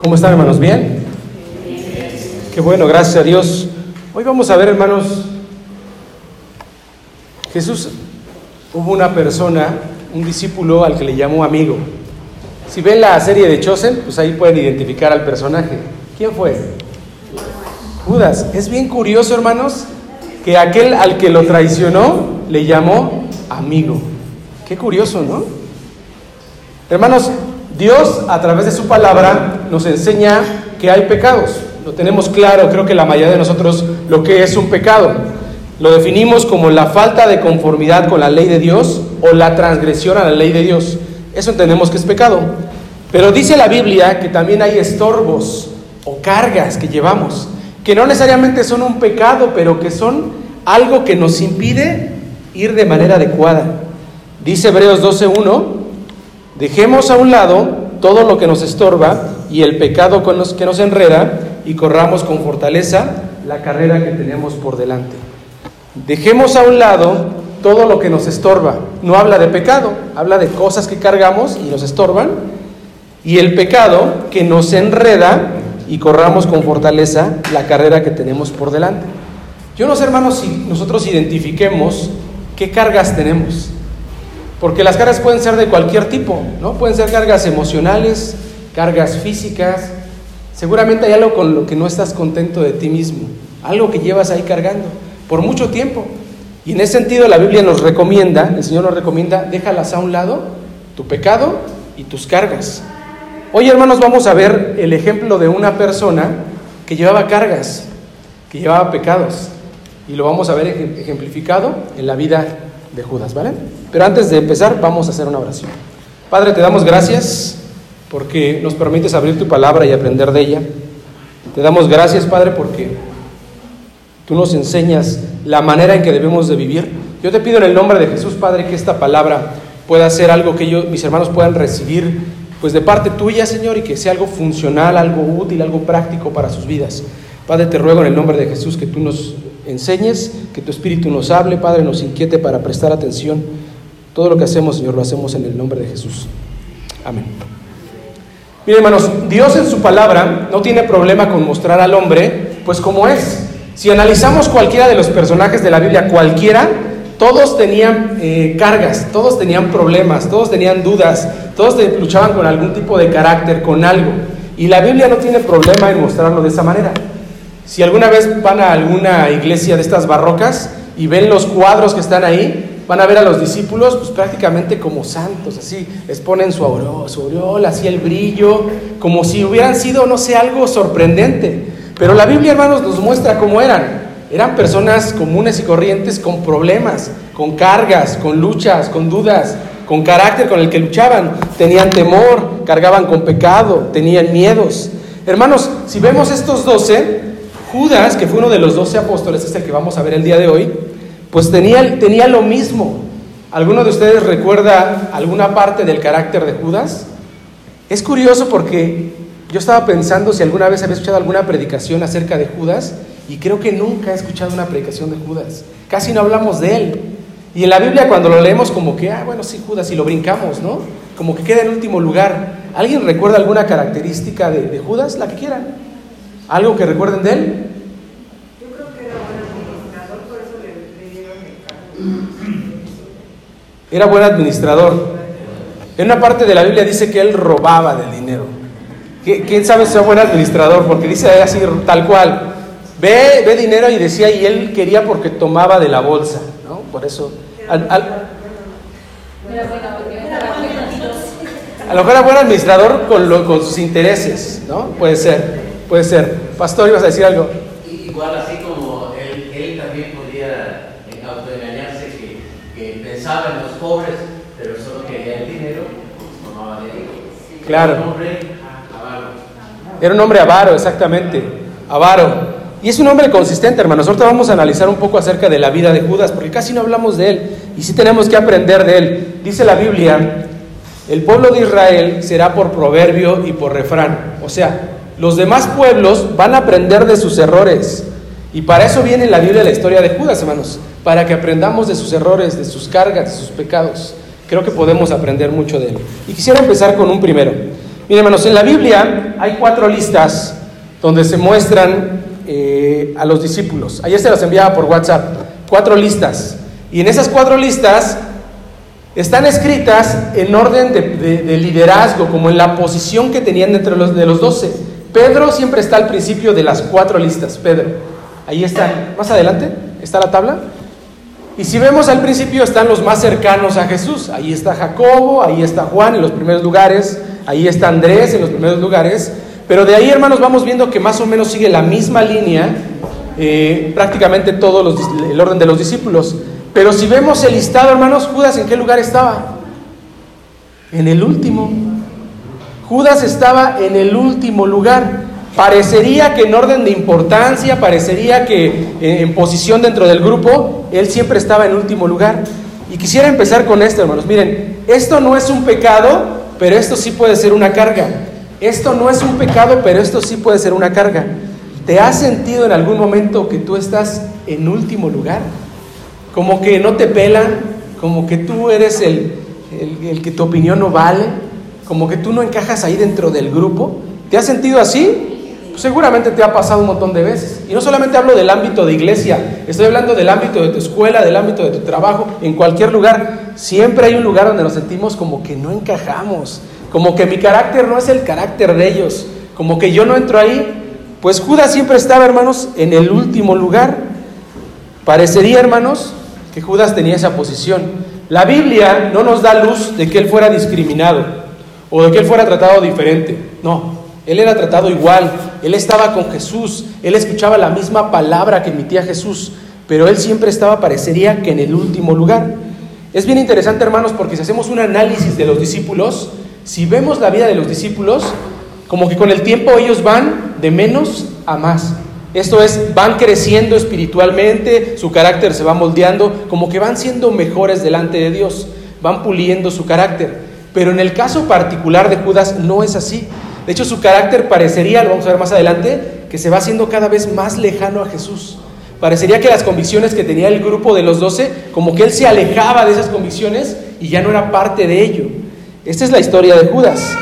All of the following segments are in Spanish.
¿Cómo están, hermanos? ¿Bien? Qué bueno, gracias a Dios. Hoy vamos a ver, hermanos, hubo una persona, un discípulo al que le llamó amigo. Si ven la serie de Chosen, pues ahí pueden identificar al personaje. ¿Quién fue? Judas. Es bien curioso, hermanos, que aquel al que lo traicionó le llamó amigo. Qué curioso, ¿no? Hermanos, Dios a través de su palabra nos enseña que hay pecados. Lo tenemos claro, creo que la mayoría de nosotros, lo que es un pecado. Lo definimos como la falta de conformidad con la ley de Dios o la transgresión a la ley de Dios. Eso entendemos que es pecado. Pero dice la Biblia que también hay estorbos o cargas que llevamos, que no necesariamente son un pecado, pero que son algo que nos impide ir de manera adecuada. Dice Hebreos 12:1: dejemos a un lado todo lo que nos estorba y el pecado que nos enreda, y corramos con fortaleza la carrera que tenemos por delante. Dejemos a un lado todo lo que nos estorba. No habla de pecado, habla de cosas que cargamos y nos estorban, y el pecado que nos enreda, y corramos con fortaleza la carrera que tenemos por delante. Yo no sé, hermanos, si nosotros identifiquemos qué cargas tenemos. Porque las cargas pueden ser de cualquier tipo, ¿no? Pueden ser cargas emocionales, cargas físicas. Seguramente hay algo con lo que no estás contento de ti mismo, algo que llevas ahí cargando por mucho tiempo. Y en ese sentido la Biblia nos recomienda, el Señor nos recomienda, déjalas a un lado, tu pecado y tus cargas. Hoy, hermanos, vamos a ver el ejemplo de una persona que llevaba cargas, que llevaba pecados. Y lo vamos a ver ejemplificado en la vida de Judas, ¿vale? Pero antes de empezar, vamos a hacer una oración. Padre, te damos gracias porque nos permites abrir tu palabra y aprender de ella. Te damos gracias, Padre, porque tú nos enseñas la manera en que debemos de vivir. Yo te pido en el nombre de Jesús, Padre, que esta palabra pueda ser algo que mis hermanos puedan recibir, pues de parte tuya, Señor, y que sea algo funcional, algo útil, algo práctico para sus vidas. Padre, te ruego en el nombre de Jesús que tú nos enseñes, que tu Espíritu nos hable, Padre, nos inquiete para prestar atención. Todo lo que hacemos, Señor, lo hacemos en el nombre de Jesús. Amén. Miren, hermanos, Dios en su palabra no tiene problema con mostrar al hombre, pues como es. Si analizamos cualquiera de los personajes de la Biblia, cualquiera, todos tenían cargas, todos tenían problemas, todos tenían dudas, todos luchaban con algún tipo de carácter, con algo. Y la Biblia no tiene problema en mostrarlo de esa manera. Si alguna vez van a alguna iglesia de estas barrocas y ven los cuadros que están ahí, van a ver a los discípulos pues prácticamente como santos, así, les ponen su aureola, así el brillo, como si hubieran sido, no sé, algo sorprendente. Pero la Biblia, hermanos, nos muestra cómo eran. Eran personas comunes y corrientes con problemas, con cargas, con luchas, con dudas, con carácter con el que luchaban. Tenían temor, cargaban con pecado, tenían miedos. Hermanos, si vemos estos 12, Judas, que fue uno de los 12 apóstoles, es el que vamos a ver el día de hoy, pues tenía lo mismo. ¿Alguno de ustedes recuerda alguna parte del carácter de Judas? Es curioso porque yo estaba pensando si alguna vez había escuchado alguna predicación acerca de Judas, y creo que nunca he escuchado una predicación de Judas. Casi no hablamos de él. Y en la Biblia cuando lo leemos como que, bueno, sí, Judas, y lo brincamos, ¿no? Como que queda en último lugar. ¿Alguien recuerda alguna característica de Judas? La que quieran. ¿Algo que recuerden de él? Yo creo que era buen administrador, por eso le dieron el cargo. Era buen administrador. En una parte de la Biblia dice que él robaba del dinero. ¿Quién sabe si es buen administrador? Porque dice así, tal cual. Ve dinero, y decía, y él quería porque tomaba de la bolsa, ¿no? Por eso. A lo mejor era buen administrador con sus intereses, ¿no? Puede ser. Pastor, ¿ibas a decir algo? Igual así como él también podía autoengañarse que pensaba en los pobres, pero solo quería el dinero, pues tomaba de ahí. Claro. Era un hombre avaro. Era un hombre avaro, exactamente. Avaro. Y es un hombre consistente, hermanos. Ahorita vamos a analizar un poco acerca de la vida de Judas, porque casi no hablamos de él, y sí tenemos que aprender de él. Dice la Biblia, el pueblo de Israel será por proverbio y por refrán. O sea, los demás pueblos van a aprender de sus errores. Y para eso viene en la Biblia la historia de Judas, hermanos. Para que aprendamos de sus errores, de sus cargas, de sus pecados. Creo que podemos aprender mucho de él. Y quisiera empezar con un primero. Miren, hermanos, en la Biblia hay 4 listas donde se muestran a los discípulos. Ayer se las enviaba por WhatsApp, 4 listas. Y en esas 4 listas están escritas en orden de liderazgo, como en la posición que tenían entre de los 12. Pedro siempre está al principio de las 4 listas, Pedro. Ahí están, más adelante está la tabla. Y si vemos al principio están los más cercanos a Jesús. Ahí está Jacobo, ahí está Juan en los primeros lugares, ahí está Andrés en los primeros lugares. Pero de ahí, hermanos, vamos viendo que más o menos sigue la misma línea, prácticamente todo el orden de los discípulos. Pero si vemos el listado, hermanos, Judas, ¿en qué lugar estaba? En el último. Judas estaba en el último lugar. Parecería que en orden de importancia, parecería que en posición dentro del grupo, él siempre estaba en último lugar. Y quisiera empezar con esto, hermanos. Miren, esto no es un pecado, pero esto sí puede ser una carga. Esto no es un pecado, pero esto sí puede ser una carga. ¿Te has sentido en algún momento que tú estás en último lugar? Como que no te pelan, como que tú eres el que tu opinión no vale, como que tú no encajas ahí dentro del grupo. ¿Te has sentido así? Pues seguramente te ha pasado un montón de veces. Y no solamente hablo del ámbito de iglesia, estoy hablando del ámbito de tu escuela, del ámbito de tu trabajo, en cualquier lugar. Siempre hay un lugar donde nos sentimos como que no encajamos, como que mi carácter no es el carácter de ellos, como que yo no entro ahí. Pues Judas siempre estaba, hermanos, en el último lugar. Parecería, hermanos, que Judas tenía esa posición. La Biblia no nos da luz de que él fuera discriminado o de que él fuera tratado diferente. No, él era tratado igual. Él estaba con Jesús, él escuchaba la misma palabra que emitía Jesús, pero él siempre estaba, parecería que en el último lugar. Es bien interesante, hermanos, porque si hacemos un análisis de los discípulos, si vemos la vida de los discípulos, como que con el tiempo ellos van de menos a más. Esto es, van creciendo espiritualmente, su carácter se va moldeando, como que van siendo mejores delante de Dios, van puliendo su carácter. Pero en el caso particular de Judas no es así. De hecho, su carácter parecería, lo vamos a ver más adelante, que se va haciendo cada vez más lejano a Jesús. Parecería que las convicciones que tenía el grupo de los 12, como que él se alejaba de esas convicciones y ya no era parte de ello. Esta es la historia de Judas.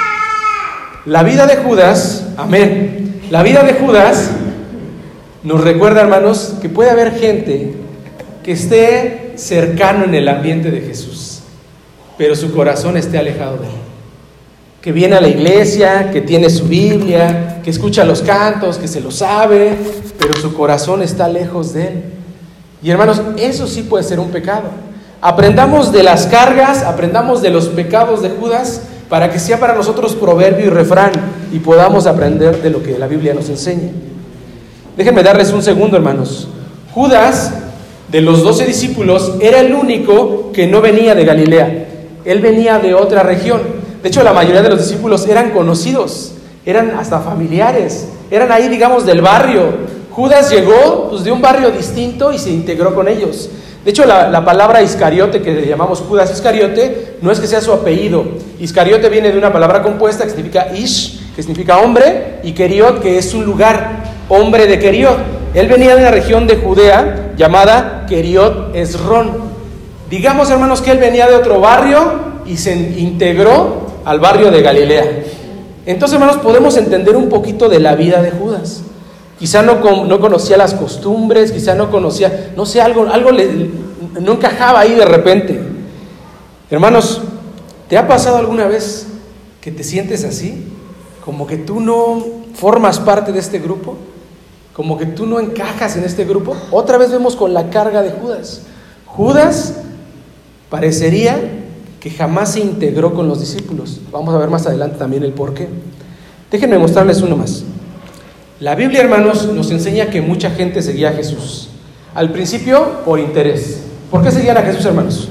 La vida de Judas, amén, la vida de Judas nos recuerda, hermanos, que puede haber gente que esté cercano en el ambiente de Jesús, pero su corazón esté alejado de él. Que viene a la iglesia, que tiene su Biblia, que escucha los cantos, que se lo sabe, pero su corazón está lejos de él. Y hermanos, eso sí puede ser un pecado. Aprendamos de las cargas, aprendamos de los pecados de Judas, para que sea para nosotros proverbio y refrán, y podamos aprender de lo que la Biblia nos enseña. Déjenme darles un segundo, hermanos. Judas, de los 12 discípulos, era el único que no venía de Galilea. Él venía de otra región. De hecho, la mayoría de los discípulos eran conocidos, eran hasta familiares, eran ahí, digamos, del barrio. Judas llegó pues, de un barrio distinto y se integró con ellos. De hecho, la palabra Iscariote, que le llamamos Judas Iscariote, no es que sea su apellido. Iscariote viene de una palabra compuesta que significa Ish, que significa hombre, y Keriot, que es un lugar, hombre de Keriot. Él venía de una región de Judea llamada Keriot Esrón. Digamos, hermanos, que él venía de otro barrio y se integró al barrio de Galilea. Entonces, hermanos, podemos entender un poquito de la vida de Judas. Quizá no conocía las costumbres, quizá no conocía, no sé, algo no encajaba ahí de repente. Hermanos, ¿te ha pasado alguna vez que te sientes así? Como que tú no formas parte de este grupo, como que tú no encajas en este grupo. Otra vez vemos con la carga de Judas. Judas parecería que jamás se integró con los discípulos. Vamos a ver más adelante también el por qué. Déjenme mostrarles uno más. La Biblia, hermanos, nos enseña que mucha gente seguía a Jesús. Al principio, por interés. ¿Por qué seguían a Jesús, hermanos?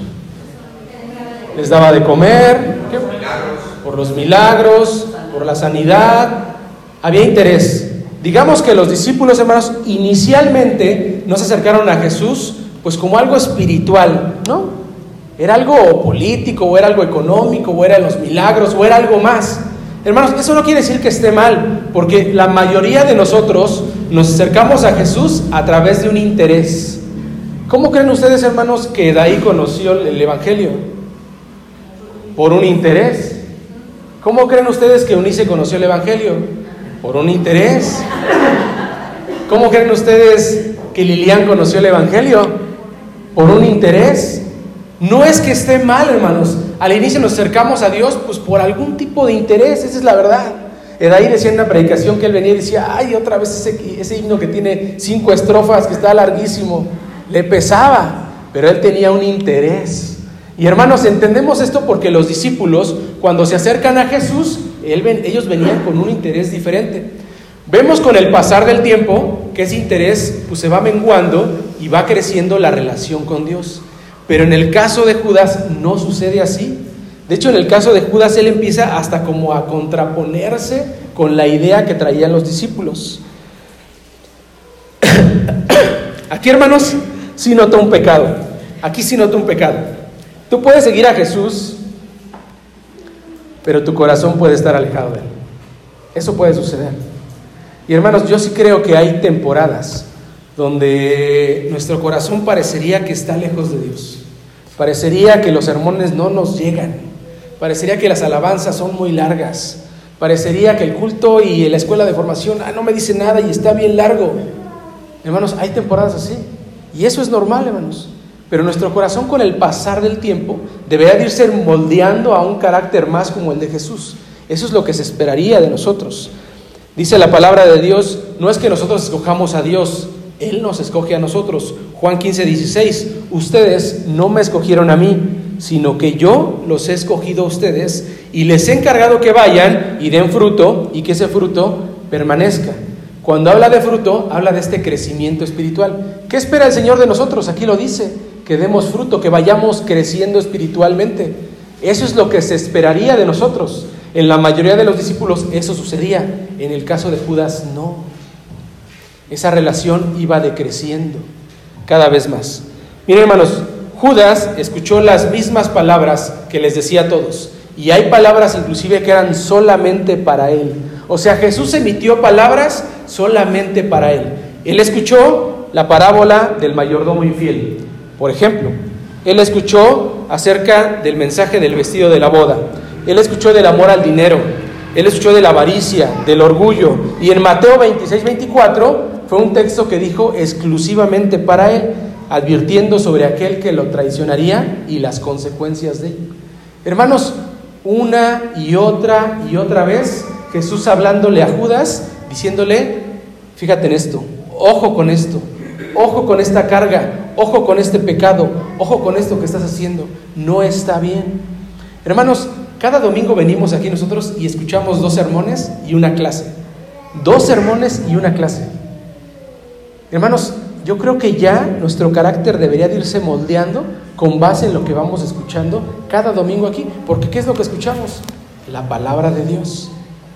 Les daba de comer, ¿qué? Por los milagros, por la sanidad. Había interés. Digamos que los discípulos, hermanos, inicialmente no se acercaron a Jesús pues como algo espiritual, ¿no? Era algo político, o era algo económico, o eran los milagros, o era algo más. Hermanos, eso no quiere decir que esté mal, porque la mayoría de nosotros nos acercamos a Jesús a través de un interés. ¿Cómo creen ustedes, hermanos, que Daí conoció el Evangelio? Por un interés. ¿Cómo creen ustedes que Eunice conoció el Evangelio? Por un interés. ¿Cómo creen ustedes que Lilian conoció el Evangelio? Por un interés. No es que esté mal, hermanos. Al inicio nos acercamos a Dios pues por algún tipo de interés, esa es la verdad. Edaí decía en una predicación que él venía y decía, ay, otra vez ese himno que tiene 5 estrofas, que está larguísimo. Le pesaba, pero él tenía un interés. Y hermanos, entendemos esto porque los discípulos, cuando se acercan a Jesús, ellos venían con un interés diferente. Vemos con el pasar del tiempo que ese interés pues se va menguando y va creciendo la relación con Dios. Pero en el caso de Judas no sucede así. De hecho, en el caso de Judas él empieza hasta como a contraponerse con la idea que traían los discípulos. Aquí, hermanos, sí noto un pecado. Aquí sí noto un pecado. Tú puedes seguir a Jesús, pero tu corazón puede estar alejado de él. Eso puede suceder. Y hermanos, yo sí creo que hay temporadas donde nuestro corazón parecería que está lejos de Dios. Parecería que los sermones no nos llegan. Parecería que las alabanzas son muy largas. Parecería que el culto y la escuela de formación no me dice nada y está bien largo. Hermanos, hay temporadas así. Y eso es normal, hermanos. Pero nuestro corazón con el pasar del tiempo debería de irse moldeando a un carácter más como el de Jesús. Eso es lo que se esperaría de nosotros. Dice la palabra de Dios, no es que nosotros escojamos a Dios, Él nos escoge a nosotros. Juan 15:16, ustedes no me escogieron a mí, sino que yo los he escogido a ustedes y les he encargado que vayan y den fruto y que ese fruto permanezca. Cuando habla de fruto, habla de este crecimiento espiritual. ¿Qué espera el Señor de nosotros? Aquí lo dice, que demos fruto, que vayamos creciendo espiritualmente. Eso es lo que se esperaría de nosotros. En la mayoría de los discípulos eso sucedía. En el caso de Judas, no. Esa relación iba decreciendo cada vez más. Miren, hermanos, Judas escuchó las mismas palabras que les decía a todos. Y hay palabras inclusive que eran solamente para él. O sea, Jesús emitió palabras solamente para él. Él escuchó la parábola del mayordomo infiel, por ejemplo. Él escuchó acerca del mensaje del vestido de la boda. Él escuchó del amor al dinero. Él escuchó de la avaricia, del orgullo. Y en Mateo 26-24 fue un texto que dijo exclusivamente para él, advirtiendo sobre aquel que lo traicionaría y las consecuencias de ello. Hermanos, una y otra vez Jesús hablándole a Judas, diciéndole, fíjate en esto, ojo con esto, ojo con esta carga, ojo con este pecado, ojo con esto que estás haciendo, no está bien. Hermanos, cada domingo venimos aquí nosotros y escuchamos 2 sermones y una clase. 2 sermones y una clase. Hermanos, yo creo que ya nuestro carácter debería de irse moldeando con base en lo que vamos escuchando cada domingo aquí. Porque ¿qué es lo que escuchamos? La palabra de Dios.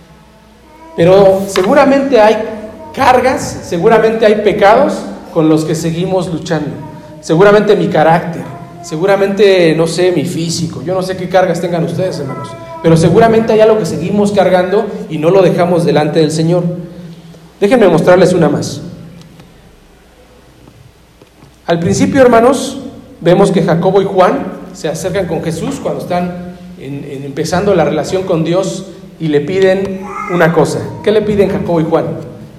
Pero seguramente hay cargas, seguramente hay pecados con los que seguimos luchando. Seguramente mi carácter, seguramente, no sé, mi físico. Yo no sé qué cargas tengan ustedes, hermanos. Pero seguramente hay algo que seguimos cargando y no lo dejamos delante del Señor. Déjenme mostrarles una más. Al principio, hermanos, vemos que Jacobo y Juan se acercan con Jesús cuando están empezando la relación con Dios y le piden una cosa. ¿Qué le piden Jacobo y Juan?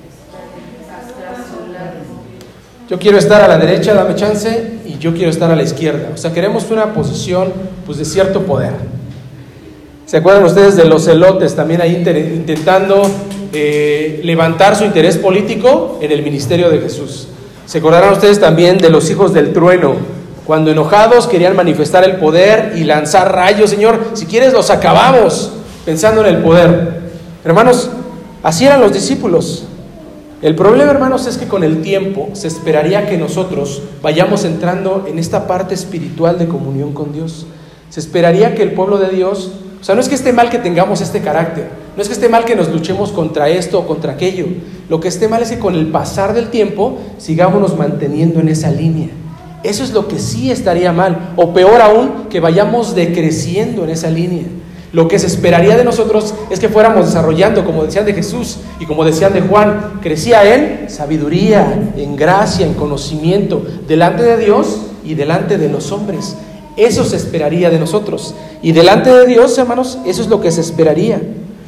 Yo quiero estar a la derecha, dame chance, y yo quiero estar a la izquierda. O sea, queremos una posición pues de cierto poder. ¿Se acuerdan ustedes de los celotes también ahí intentando levantar su interés político en el ministerio de Jesús? ¿Se acordarán ustedes también de los hijos del trueno? Cuando enojados querían manifestar el poder y lanzar rayos. Señor, si quieres los acabamos, pensando en el poder. Hermanos, así eran los discípulos. El problema, hermanos, es que con el tiempo se esperaría que nosotros vayamos entrando en esta parte espiritual de comunión con Dios. Se esperaría que el pueblo de Dios, o sea, no es que esté mal que tengamos este carácter, no es que esté mal que nos luchemos contra esto o contra aquello. Lo que esté mal es que con el pasar del tiempo sigámonos manteniendo en esa línea. Eso es lo que sí estaría mal, o peor aún, que vayamos decreciendo en esa línea. Lo que se esperaría de nosotros es que fuéramos desarrollando, como decían de Jesús y como decían de Juan, crecía en sabiduría, en gracia, en conocimiento, delante de Dios y delante de los hombres. Eso se esperaría de nosotros. Y delante de Dios, hermanos, eso es lo que se esperaría.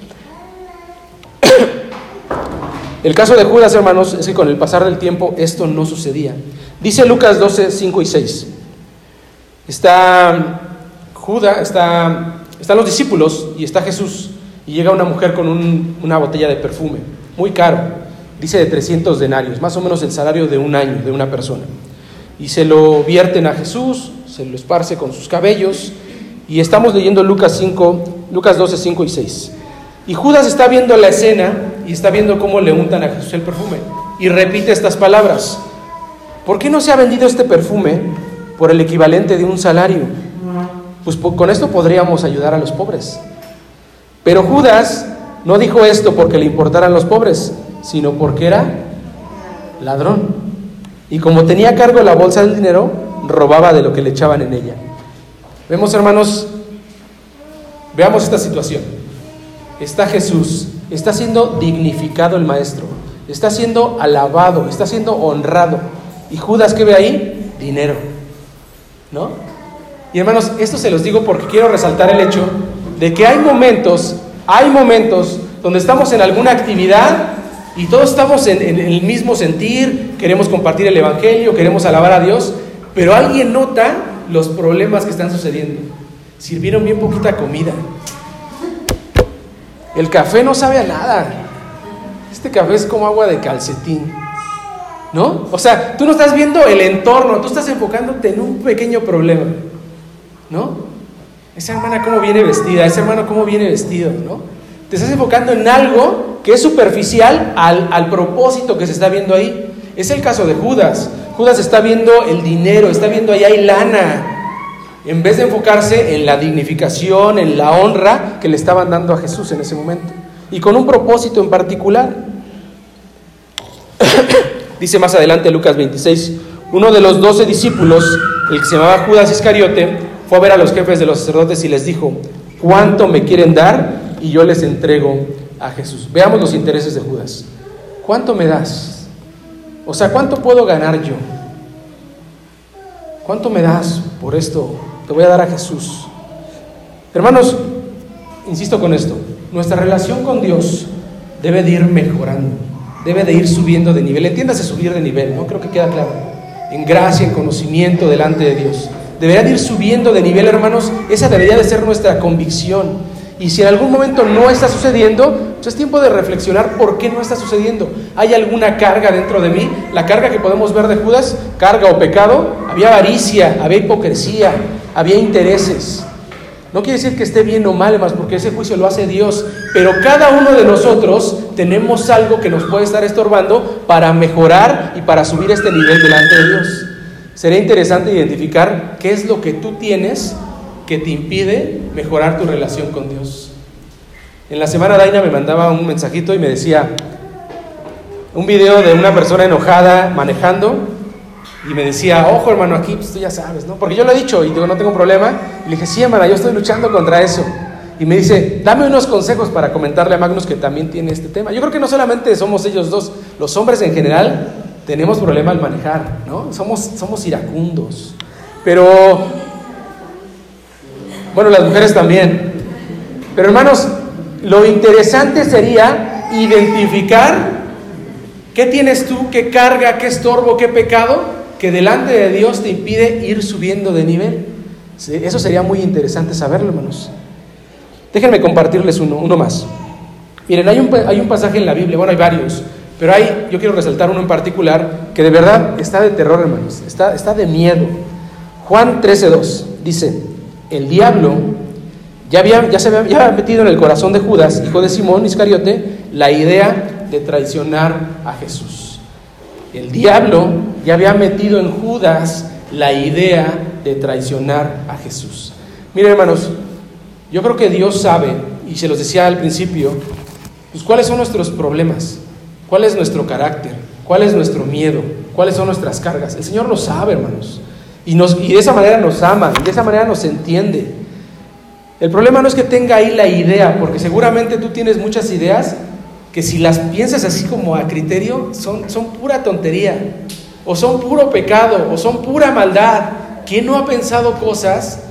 El caso de Judas, hermanos, es que con el pasar del tiempo esto no sucedía. Dice Lucas 12, 5 y 6. Está Judas, están los discípulos y está Jesús. Y llega una mujer con una botella de perfume, muy caro. Dice de 300 denarios, más o menos el salario de un año de una persona. Y se lo vierten a Jesús, se lo esparce con sus cabellos. Y estamos leyendo Lucas 12, 5 y 6. Y Judas está viendo la escena y está viendo cómo le untan a Jesús el perfume. Y repite estas palabras: ¿por qué no se ha vendido este perfume por el equivalente de un salario? Pues con esto podríamos ayudar a los pobres. Pero Judas no dijo esto porque le importaran los pobres, sino porque era ladrón. Y como tenía a cargo la bolsa del dinero, robaba de lo que le echaban en ella. Vemos, hermanos, veamos esta situación. Está Jesús, está siendo dignificado el maestro, está siendo alabado, está siendo honrado. Y Judas, ¿qué ve ahí? Dinero, ¿no? Y hermanos, esto se los digo porque quiero resaltar el hecho de que hay momentos donde estamos en alguna actividad y todos estamos en el mismo sentir, queremos compartir el evangelio, queremos alabar a Dios, pero alguien nota los problemas que están sucediendo. Sirvieron bien poquita comida. El café no sabe a nada. Este café es como agua de calcetín, ¿no? O sea, tú no estás viendo el entorno, tú estás enfocándote en un pequeño problema, ¿no? Esa hermana cómo viene vestida, ese hermano cómo viene vestido, ¿no? Te estás enfocando en algo que es superficial al propósito que se está viendo ahí. Es el caso de Judas. Judas está viendo el dinero, está viendo ahí hay lana, en vez de enfocarse en la dignificación, en la honra que le estaban dando a Jesús en ese momento, y con un propósito en particular. Dice más adelante Lucas 26, uno de los 12 discípulos, el que se llamaba Judas Iscariote, fue a ver a los jefes de los sacerdotes y les dijo: ¿cuánto me quieren dar? Y yo les entrego a Jesús. Veamos los intereses de Judas. ¿Cuánto me das? O sea, ¿cuánto puedo ganar yo? ¿Cuánto me das por esto? Te voy a dar a Jesús. Hermanos, insisto con esto, nuestra relación con Dios debe de ir mejorando, debe de ir subiendo de nivel. Entiéndase subir de nivel, ¿no? Creo que queda claro. En gracia, en conocimiento delante de Dios. Debería de ir subiendo de nivel, hermanos. Esa debería de ser nuestra convicción. Y si en algún momento no está sucediendo, pues es tiempo de reflexionar por qué no está sucediendo. ¿Hay alguna carga dentro de mí? La carga que podemos ver de Judas, carga o pecado, había avaricia, había hipocresía, había intereses. No quiere decir que esté bien o mal, hermanos, porque ese juicio lo hace Dios. Pero cada uno de nosotros tenemos algo que nos puede estar estorbando para mejorar y para subir este nivel delante de Dios. Sería interesante identificar qué es lo que tú tienes que te impide mejorar tu relación con Dios. En la semana Daina me mandaba un mensajito y me decía un video de una persona enojada manejando y me decía: ojo hermano, aquí pues tú ya sabes, ¿no? Porque yo lo he dicho y digo, no tengo problema. Y le dije: sí hermana, yo estoy luchando contra eso. Y me dice: dame unos consejos para comentarle a Magnus que también tiene este tema. Yo creo que no solamente somos ellos dos, los hombres en general tenemos problema al manejar, ¿no? Somos iracundos. Pero bueno, las mujeres también. Pero hermanos, lo interesante sería identificar qué tienes tú, qué carga, qué estorbo, qué pecado que delante de Dios te impide ir subiendo de nivel. Eso sería muy interesante saberlo, hermanos. Déjenme compartirles uno más. Miren, hay un pasaje en la Biblia, bueno, hay varios, pero yo quiero resaltar uno en particular que de verdad está de terror, hermanos, está de miedo. Juan 13:2 dice: el diablo ya se había metido en el corazón de Judas, hijo de Simón Iscariote, la idea de traicionar a Jesús. El diablo ya había metido en Judas la idea de traicionar a Jesús. Miren, hermanos, yo creo que Dios sabe, y se los decía al principio, pues cuáles son nuestros problemas, cuál es nuestro carácter, cuál es nuestro miedo, cuáles son nuestras cargas. El Señor lo sabe, hermanos. Y de esa manera nos ama, y de esa manera nos entiende. El problema no es que tenga ahí la idea, porque seguramente tú tienes muchas ideas que si las piensas así como a criterio, son pura tontería, o son puro pecado, o son pura maldad. ¿Quién no ha pensado cosas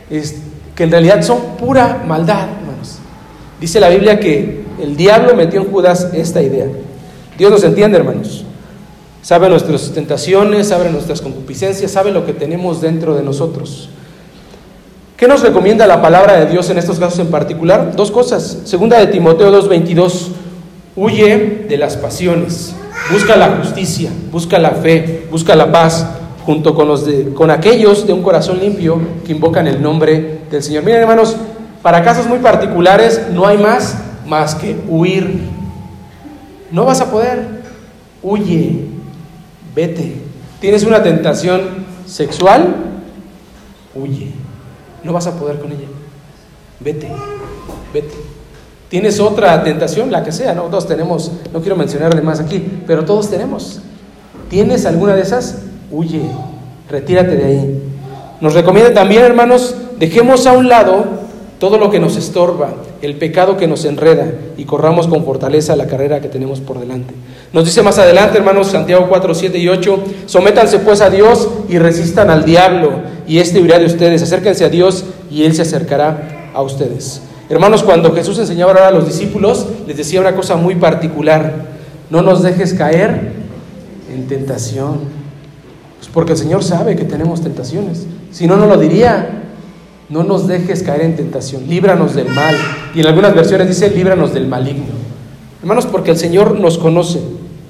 que en realidad son pura maldad, hermanos. Dice la Biblia que el diablo metió en Judas esta idea. Dios nos entiende, hermanos. Sabe nuestras tentaciones, sabe nuestras concupiscencias, sabe lo que tenemos dentro de nosotros. ¿Qué nos recomienda la palabra de Dios en estos casos en particular? Dos cosas. Segunda de Timoteo 2:22. Huye de las pasiones, busca la justicia, busca la fe, busca la paz, junto con aquellos de un corazón limpio que invocan el nombre del Señor. Miren, hermanos, para casos muy particulares no hay más que huir. No vas a poder. Huye, vete. ¿Tienes una tentación sexual? Huye. No vas a poder con ella. Vete. ¿Tienes otra tentación? La que sea, ¿no? Todos tenemos, no quiero mencionarle más aquí, pero todos tenemos. ¿Tienes alguna de esas? Huye, retírate de ahí. Nos recomienda también, hermanos, dejemos a un lado todo lo que nos estorba, el pecado que nos enreda, y corramos con fortaleza la carrera que tenemos por delante. Nos dice más adelante, hermanos, Santiago 4:7-8, sométanse pues a Dios y resistan al diablo, y éste huirá de ustedes. Acérquense a Dios y Él se acercará a ustedes. Hermanos, cuando Jesús enseñaba a orar a los discípulos, les decía una cosa muy particular: no nos dejes caer en tentación. Pues porque el Señor sabe que tenemos tentaciones, si no, no lo diría. No nos dejes caer en tentación, líbranos del mal. Y en algunas versiones dice, líbranos del maligno. Hermanos, porque el Señor nos conoce.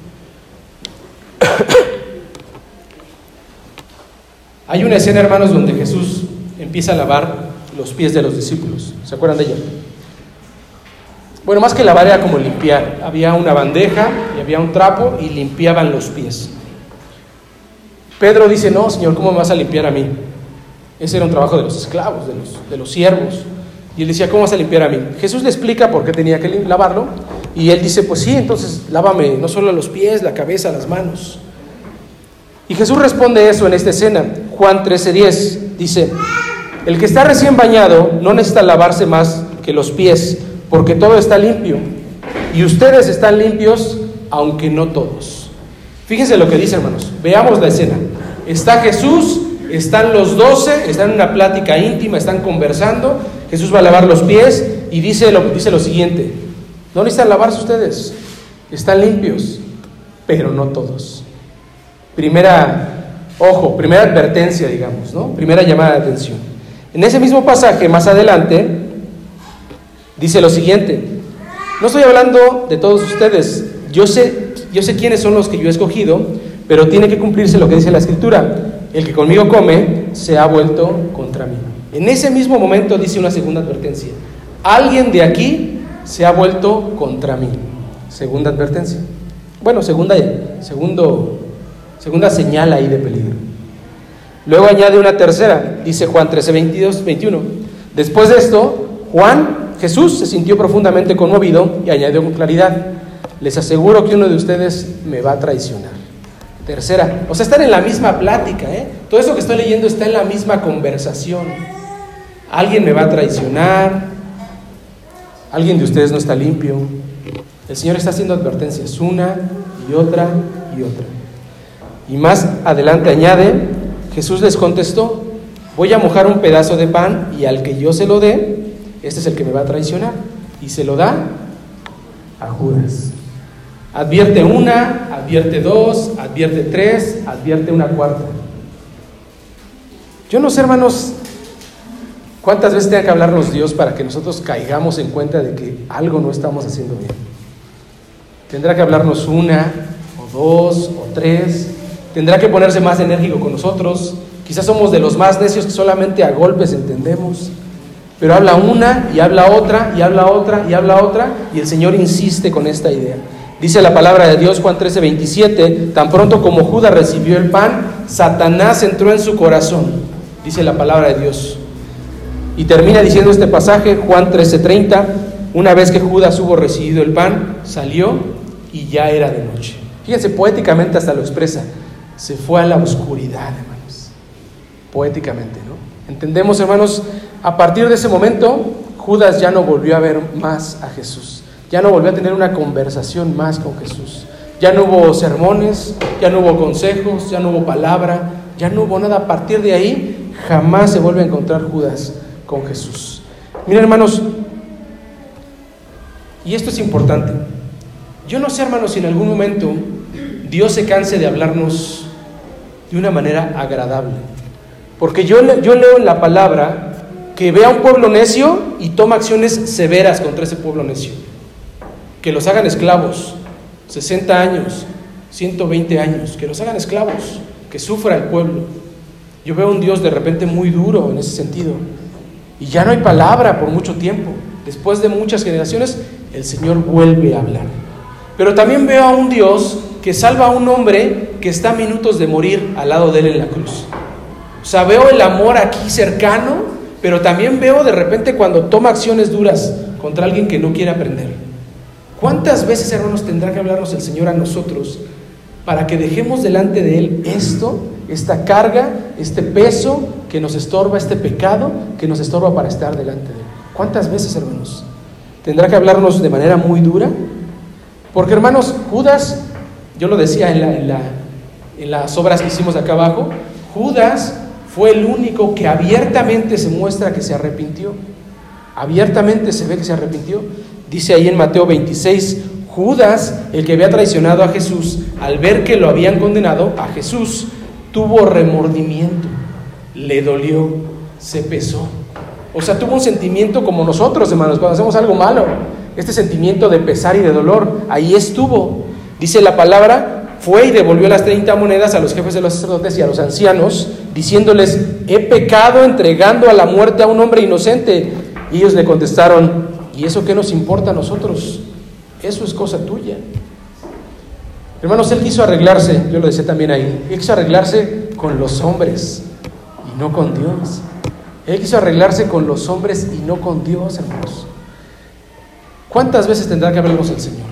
Hay una escena, hermanos, donde Jesús empieza a lavar los pies de los discípulos. ¿Se acuerdan de ella? Bueno, más que lavar era como limpiar. Había una bandeja y había un trapo y limpiaban los pies. Pedro dice, no, Señor, ¿cómo me vas a limpiar a mí? Ese era un trabajo de los esclavos, de los siervos. Y él decía, ¿cómo vas a limpiar a mí? Jesús le explica por qué tenía que lavarlo. Y él dice, pues sí, entonces lávame no solo los pies, la cabeza, las manos. Y Jesús responde eso en esta escena. Juan 13:10 dice, el que está recién bañado no necesita lavarse más que los pies, porque todo está limpio. Y ustedes están limpios, aunque no todos. Fíjense lo que dice, hermanos. Veamos la escena. Está Jesús, están los 12, están en una plática íntima, están conversando. Jesús va a lavar los pies y dice lo siguiente: no necesitan lavarse ustedes, están limpios, pero no todos. Primera advertencia, digamos, ¿no? Primera llamada de atención. En ese mismo pasaje, más adelante, dice lo siguiente: no estoy hablando de todos ustedes, yo sé quiénes son los que yo he escogido, pero tiene que cumplirse lo que dice la Escritura: el que conmigo come se ha vuelto contra mí. En ese mismo momento dice una segunda advertencia: alguien de aquí se ha vuelto contra mí. Segunda advertencia. Bueno, segunda señal ahí de peligro. Luego añade una tercera, dice Juan 13:21. Después de esto, Jesús se sintió profundamente conmovido y añadió con claridad: les aseguro que uno de ustedes me va a traicionar. Tercera, o sea, están en la misma plática, todo eso que estoy leyendo está en la misma conversación. Alguien me va a traicionar, alguien de ustedes no está limpio. El Señor está haciendo advertencias, una y otra y otra. Y más adelante añade, Jesús les contestó: voy a mojar un pedazo de pan y al que yo se lo dé, este es el que me va a traicionar. Y se lo da a Judas. Advierte una, advierte dos, advierte tres, advierte una cuarta. Yo no sé, hermanos, cuántas veces tenga que hablarnos Dios para que nosotros caigamos en cuenta de que algo no estamos haciendo bien. Tendrá que hablarnos una, o dos, o tres. Tendrá que ponerse más enérgico con nosotros. Quizás somos de los más necios que solamente a golpes entendemos. Pero habla una, y habla otra, y habla otra, y habla otra, y el Señor insiste con esta idea. Dice la palabra de Dios, Juan 13:27, tan pronto como Judas recibió el pan, Satanás entró en su corazón, dice la palabra de Dios. Y termina diciendo este pasaje, Juan 13:30, una vez que Judas hubo recibido el pan, salió y ya era de noche. Fíjense, poéticamente hasta lo expresa, se fue a la oscuridad, hermanos. Poéticamente, ¿no? Entendemos, hermanos, a partir de ese momento, Judas ya no volvió a ver más a Jesús. Ya no volvió a tener una conversación más con Jesús. Ya no hubo sermones, ya no hubo consejos, ya no hubo palabra, ya no hubo nada. A partir de ahí, jamás se vuelve a encontrar Judas con Jesús. Miren, hermanos, y esto es importante. Yo no sé, hermanos, si en algún momento Dios se canse de hablarnos de una manera agradable. Porque yo leo en la palabra que ve a un pueblo necio y toma acciones severas contra ese pueblo necio. Que los hagan esclavos, 60 años, 120 años, que los hagan esclavos, que sufra el pueblo. Yo veo un Dios de repente muy duro en ese sentido. Y ya no hay palabra por mucho tiempo. Después de muchas generaciones, el Señor vuelve a hablar. Pero también veo a un Dios que salva a un hombre que está a minutos de morir al lado de él en la cruz. O sea, veo el amor aquí cercano, pero también veo de repente cuando toma acciones duras contra alguien que no quiere aprender. ¿Cuántas veces, hermanos, tendrá que hablarnos el Señor a nosotros para que dejemos delante de Él esta carga, este peso que nos estorba, este pecado que nos estorba para estar delante de Él? ¿Cuántas veces, hermanos? ¿Tendrá que hablarnos de manera muy dura? Porque, hermanos, Judas, yo lo decía en las obras que hicimos de acá abajo, Judas fue el único que abiertamente se muestra que se arrepintió. Abiertamente se ve que se arrepintió. Dice ahí en Mateo 26, Judas, el que había traicionado a Jesús, al ver que lo habían condenado a Jesús, tuvo remordimiento, le dolió, se pesó. O sea, tuvo un sentimiento como nosotros, hermanos, cuando hacemos algo malo. Este sentimiento de pesar y de dolor, ahí estuvo. Dice la palabra, fue y devolvió las 30 monedas a los jefes de los sacerdotes y a los ancianos, diciéndoles, he pecado entregando a la muerte a un hombre inocente. Y ellos le contestaron, ¿y eso qué nos importa a nosotros? Eso es cosa tuya. Hermanos, él quiso arreglarse, yo lo decía también ahí, él quiso arreglarse con los hombres y no con Dios. Él quiso arreglarse con los hombres y no con Dios, hermanos. ¿Cuántas veces tendrá que hablarnos el Señor?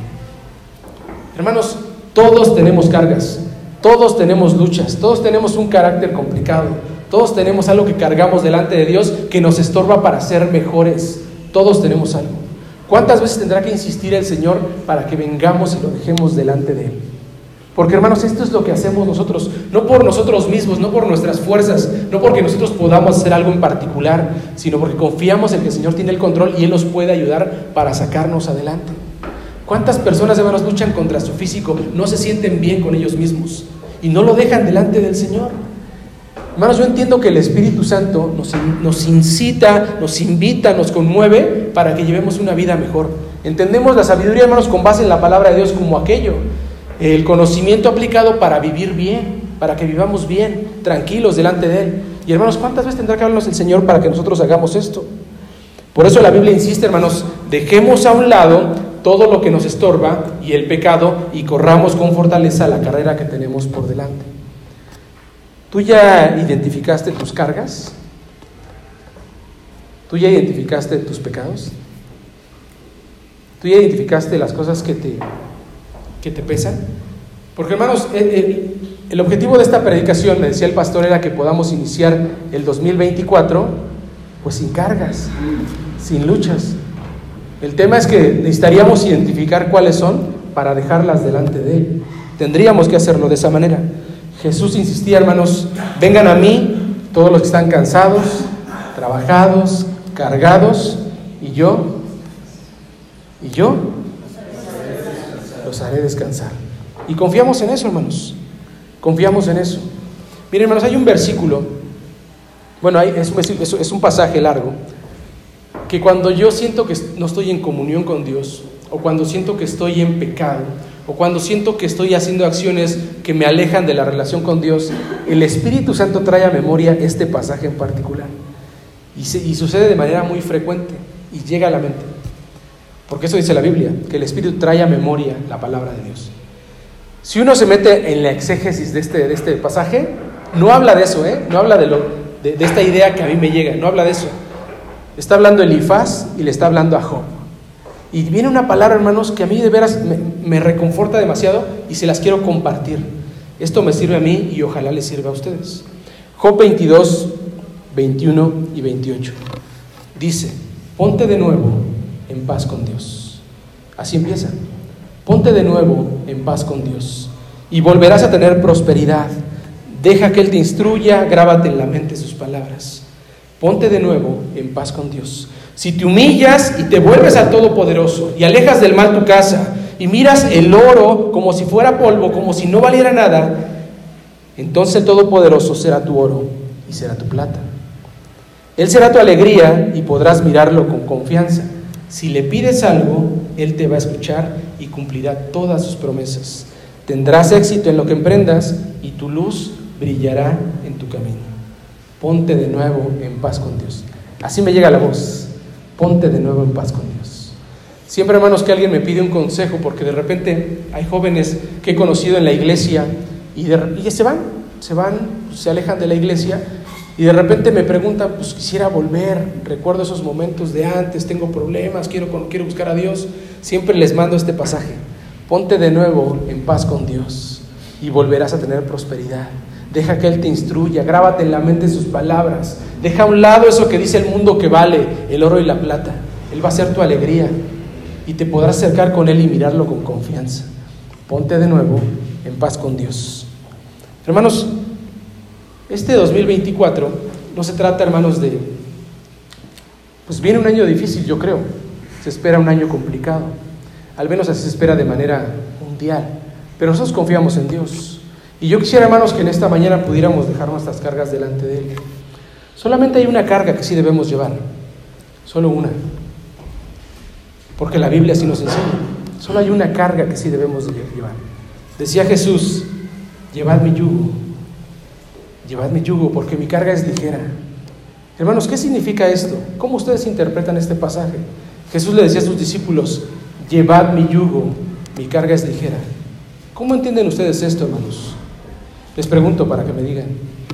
Hermanos, todos tenemos cargas, todos tenemos luchas, todos tenemos un carácter complicado, todos tenemos algo que cargamos delante de Dios que nos estorba para ser mejores. Todos tenemos algo. ¿Cuántas veces tendrá que insistir el Señor para que vengamos y lo dejemos delante de Él? Porque, hermanos, esto es lo que hacemos nosotros, no por nosotros mismos, no por nuestras fuerzas, no porque nosotros podamos hacer algo en particular, sino porque confiamos en que el Señor tiene el control y Él nos puede ayudar para sacarnos adelante. ¿Cuántas personas, hermanos, luchan contra su físico, no se sienten bien con ellos mismos y no lo dejan delante del Señor? Hermanos, yo entiendo que el Espíritu Santo nos incita, nos invita, nos conmueve para que llevemos una vida mejor. Entendemos la sabiduría, hermanos, con base en la palabra de Dios como aquello, el conocimiento aplicado para vivir bien, para que vivamos bien, tranquilos delante de Él. Y, hermanos, ¿cuántas veces tendrá que hablarnos el Señor para que nosotros hagamos esto? Por eso la Biblia insiste, hermanos, dejemos a un lado todo lo que nos estorba y el pecado y corramos con fortaleza la carrera que tenemos por delante. ¿Tú ya identificaste tus cargas? ¿Tú ya identificaste tus pecados? ¿Tú ya identificaste las cosas que te pesan? Porque, hermanos, el objetivo de esta predicación, me decía el pastor, era que podamos iniciar el 2024 pues sin cargas, sin luchas. El tema es que necesitaríamos identificar cuáles son para dejarlas delante de Él. Tendríamos que hacerlo de esa manera. Jesús insistía, hermanos, vengan a mí todos los que están cansados, trabajados, cargados, y yo los haré descansar. Y confiamos en eso, hermanos, confiamos en eso. Miren, hermanos, hay un versículo, bueno, es un pasaje largo, que cuando yo siento que no estoy en comunión con Dios, o cuando siento que estoy en pecado, o cuando siento que estoy haciendo acciones que me alejan de la relación con Dios, el Espíritu Santo trae a memoria este pasaje en particular. Y sucede de manera muy frecuente y llega a la mente. Porque eso dice la Biblia, que el Espíritu trae a memoria la palabra de Dios. Si uno se mete en la exégesis de este pasaje, no habla de eso, no habla de esta idea que a mí me llega, no habla de eso. Está hablando Elifaz y le está hablando a Job. Y viene una palabra, hermanos, que a mí de veras me reconforta demasiado y se las quiero compartir. Esto me sirve a mí y ojalá les sirva a ustedes. Job 22, 21 y 28. Dice, ponte de nuevo en paz con Dios. Así empieza. Ponte de nuevo en paz con Dios y volverás a tener prosperidad. Deja que Él te instruya, grábate en la mente sus palabras. Ponte de nuevo en paz con Dios. Si te humillas y te vuelves al Todopoderoso y alejas del mal tu casa y miras el oro como si fuera polvo, como si no valiera nada, entonces el Todopoderoso será tu oro y será tu plata. Él será tu alegría y podrás mirarlo con confianza. Si le pides algo, Él te va a escuchar y cumplirá todas sus promesas. Tendrás éxito en lo que emprendas y tu luz brillará en tu camino. Ponte de nuevo en paz con Dios. Así me llega la voz. Ponte de nuevo en paz con Dios. Siempre, hermanos, que alguien me pide un consejo, porque de repente hay jóvenes que he conocido en la iglesia y se alejan de la iglesia y de repente me preguntan, pues quisiera volver, recuerdo esos momentos de antes, tengo problemas, quiero buscar a Dios. Siempre les mando este pasaje: ponte de nuevo en paz con Dios y volverás a tener prosperidad. Deja que Él te instruya, grábate en la mente sus palabras, deja a un lado eso que dice el mundo que vale, el oro y la plata. Él va a ser tu alegría y te podrás acercar con Él y mirarlo con confianza. Ponte de nuevo en paz con Dios. Hermanos, este 2024 no se trata, hermanos, pues viene un año difícil, yo creo. Se espera un año complicado, al menos así se espera de manera mundial, pero nosotros confiamos en Dios. Y yo quisiera, hermanos, que en esta mañana pudiéramos dejar nuestras cargas delante de Él. Solamente hay una carga que sí debemos llevar, solo una, porque la Biblia así nos enseña. Solo hay una carga que sí debemos llevar. Decía Jesús: llevad mi yugo, porque mi carga es ligera. Hermanos, ¿qué significa esto? ¿Cómo ustedes interpretan este pasaje? Jesús le decía a sus discípulos: llevad mi yugo, mi carga es ligera. ¿Cómo entienden ustedes esto, hermanos? Les pregunto para que me digan.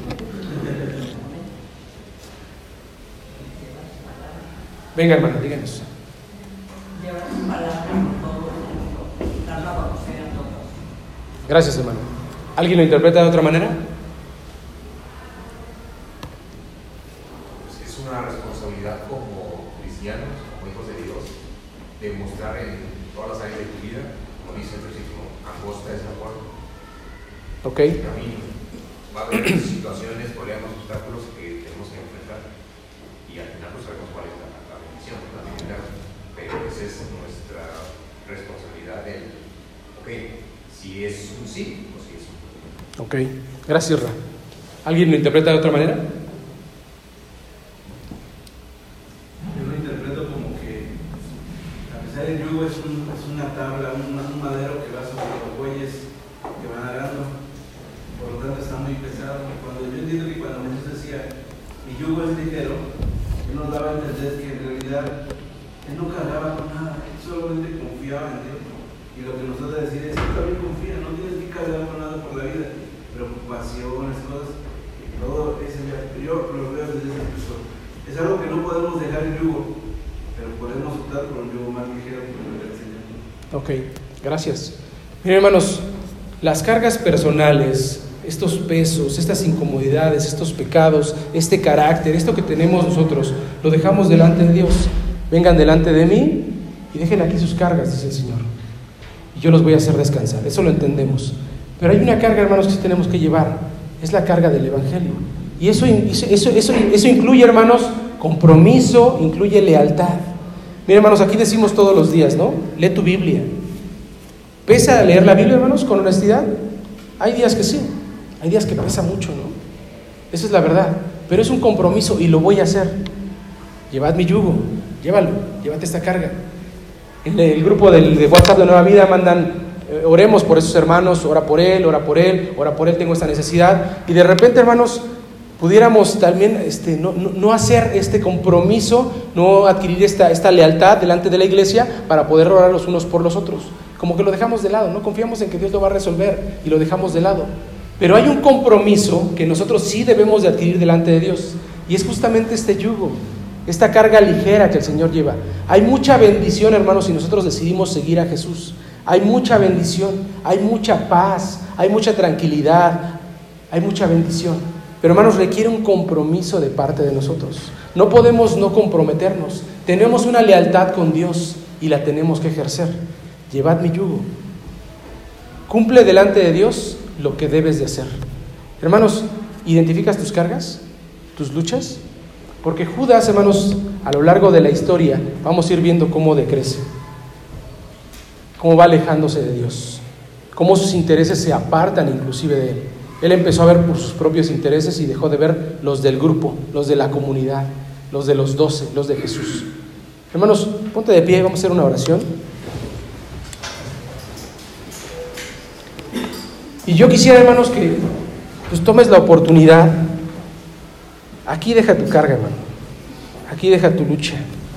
Venga, hermano, díganos. Llevar su palabra con todo el mundo, darla a conocer a todos. Gracias, hermano. ¿Alguien lo interpreta de otra manera? Pues es una responsabilidad como cristianos, como hijos de Dios, demostrar en todas las áreas de tu vida, como dice el versículo, angosta es la puerta. Ok. Camino. Va a haber situaciones, problemas, obstáculos que tenemos que enfrentar y al final pues sabemos cuál es la bendición, la divinidad. Pero esa es nuestra responsabilidad si es un sí o si es un no. Ok, gracias, Ra. ¿Alguien lo interpreta de otra manera? Yo lo interpreto como que a pesar del yugo es una tabla, un madero que va sobre los bueyes que van arando, por lo tanto está muy pesado. Cuando yo entiendo que cuando Jesús decía mi yugo es ligero, Él nos daba a entender que en realidad Él no cargaba con nada, Él solamente confiaba en Dios. Y lo que nosotros decimos es: tú también confía, no tienes que cargar con nada por la vida, preocupaciones, cosas, todo eso. Yo lo veo desde esa perspectiva. Es algo que no podemos dejar el yugo, pero podemos optar por un yugo más ligero que el Señor. Ok, gracias. Miren, hermanos, las cargas personales, estos pesos, estas incomodidades, estos pecados, este carácter, esto que tenemos nosotros, lo dejamos delante de Dios. Vengan delante de mí y dejen aquí sus cargas, dice el Señor, y yo los voy a hacer descansar. Eso lo entendemos. Pero hay una carga, hermanos, que sí tenemos que llevar. Es la carga del Evangelio. Y eso incluye, hermanos, compromiso, incluye lealtad. Miren, hermanos, aquí decimos todos los días, ¿no? Lee tu Biblia. ¿Pesa leer la Biblia, hermanos, con honestidad? Hay días que sí, hay días que pesa mucho, ¿no? Esa es la verdad. Pero es un compromiso y lo voy a hacer. Llevad mi yugo, llévate esta carga. En el grupo de WhatsApp de Nueva Vida mandan: oremos por esos hermanos, ora por él, tengo esta necesidad. Y de repente, hermanos, pudiéramos también no hacer este compromiso, no adquirir esta lealtad delante de la iglesia para poder orar los unos por los otros. Como que lo dejamos de lado, no confiamos en que Dios lo va a resolver y lo dejamos de lado. Pero hay un compromiso que nosotros sí debemos de adquirir delante de Dios, y es justamente este yugo, esta carga ligera que el Señor lleva. Hay mucha bendición, hermanos, si nosotros decidimos seguir a Jesús. Hay mucha bendición, hay mucha paz, hay mucha tranquilidad, hay mucha bendición. Pero, hermanos, requiere un compromiso de parte de nosotros. No podemos no comprometernos. Tenemos una lealtad con Dios y la tenemos que ejercer. Llevad mi yugo. Cumple delante de Dios lo que debes de hacer. Hermanos, ¿identificas tus cargas? ¿Tus luchas? Porque Judas, hermanos, a lo largo de la historia, vamos a ir viendo cómo decrece, cómo va alejándose de Dios, cómo sus intereses se apartan inclusive de él. Él empezó a ver por sus propios intereses y dejó de ver los del grupo, los de la comunidad, los de los 12, los de Jesús. Hermanos, ponte de pie y vamos a hacer una oración. Y yo quisiera, hermanos, que pues tomes la oportunidad. Aquí deja tu carga, hermano. Aquí deja tu lucha,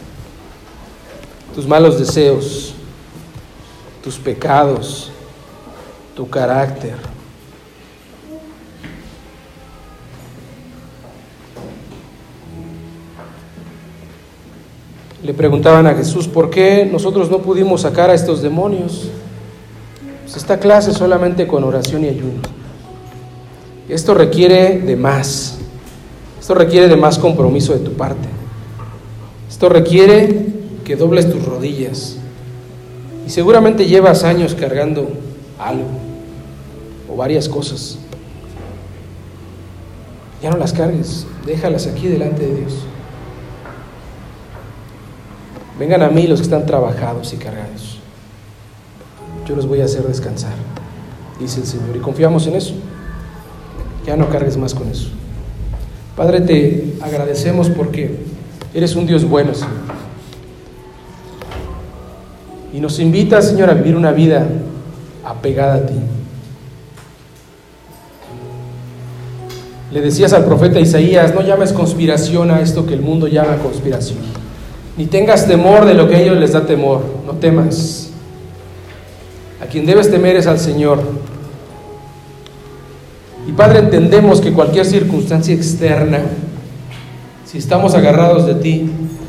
tus malos deseos, tus pecados, tu carácter. Le preguntaban a Jesús, ¿por qué nosotros no pudimos sacar a estos demonios? Pues esta clase solamente con oración y ayuno. Esto requiere de más. Esto requiere de más compromiso de tu parte. Esto requiere que dobles tus rodillas. Y seguramente llevas años cargando algo o varias cosas. Ya no las cargues, déjalas aquí delante de Dios. Vengan a mí los que están trabajados y cargados. Yo los voy a hacer descansar, dice el Señor, y confiamos en eso. Ya no cargues más con eso. Padre, te agradecemos porque eres un Dios bueno, Señor. Y nos invitas, Señor, a vivir una vida apegada a ti. Le decías al profeta Isaías, no llames conspiración a esto que el mundo llama conspiración. Ni tengas temor de lo que a ellos les da temor. No temas. A quien debes temer es al Señor. Y Padre, entendemos que cualquier circunstancia externa, si estamos agarrados de ti,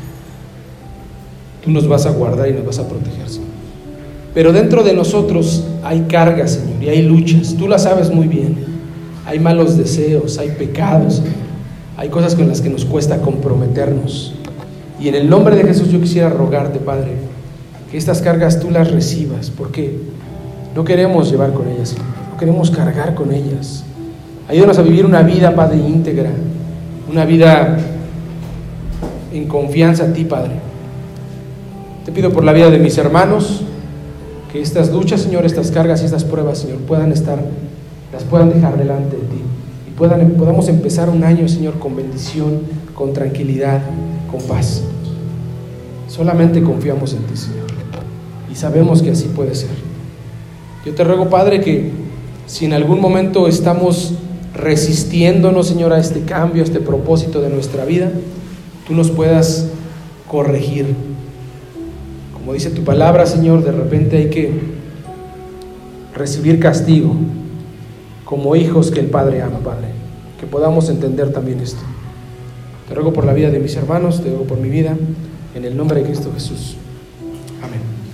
tú nos vas a guardar y nos vas a proteger, Señor. Pero dentro de nosotros hay cargas, Señor, y hay luchas. Tú las sabes muy bien. Hay malos deseos, hay pecados, Señor. Hay cosas con las que nos cuesta comprometernos. Y en el nombre de Jesús yo quisiera rogarte, Padre, que estas cargas tú las recibas, porque no queremos llevar con ellas, Señor. No queremos cargar con ellas. Ayúdanos a vivir una vida, Padre, íntegra, una vida en confianza a ti, Padre. Te pido por la vida de mis hermanos, que estas luchas, Señor, estas cargas y estas pruebas, Señor, las puedan dejar delante de ti y podamos empezar un año, Señor, con bendición, con tranquilidad, con paz. Solamente confiamos en ti, Señor, y sabemos que así puede ser. Yo te ruego, Padre, que si en algún momento estamos resistiéndonos, Señor, a este cambio, a este propósito de nuestra vida, tú nos puedas corregir. Como dice tu palabra, Señor, de repente hay que recibir castigo como hijos que el Padre ama, Padre. Que podamos entender también esto. Te ruego por la vida de mis hermanos, te ruego por mi vida, en el nombre de Cristo Jesús. Amén.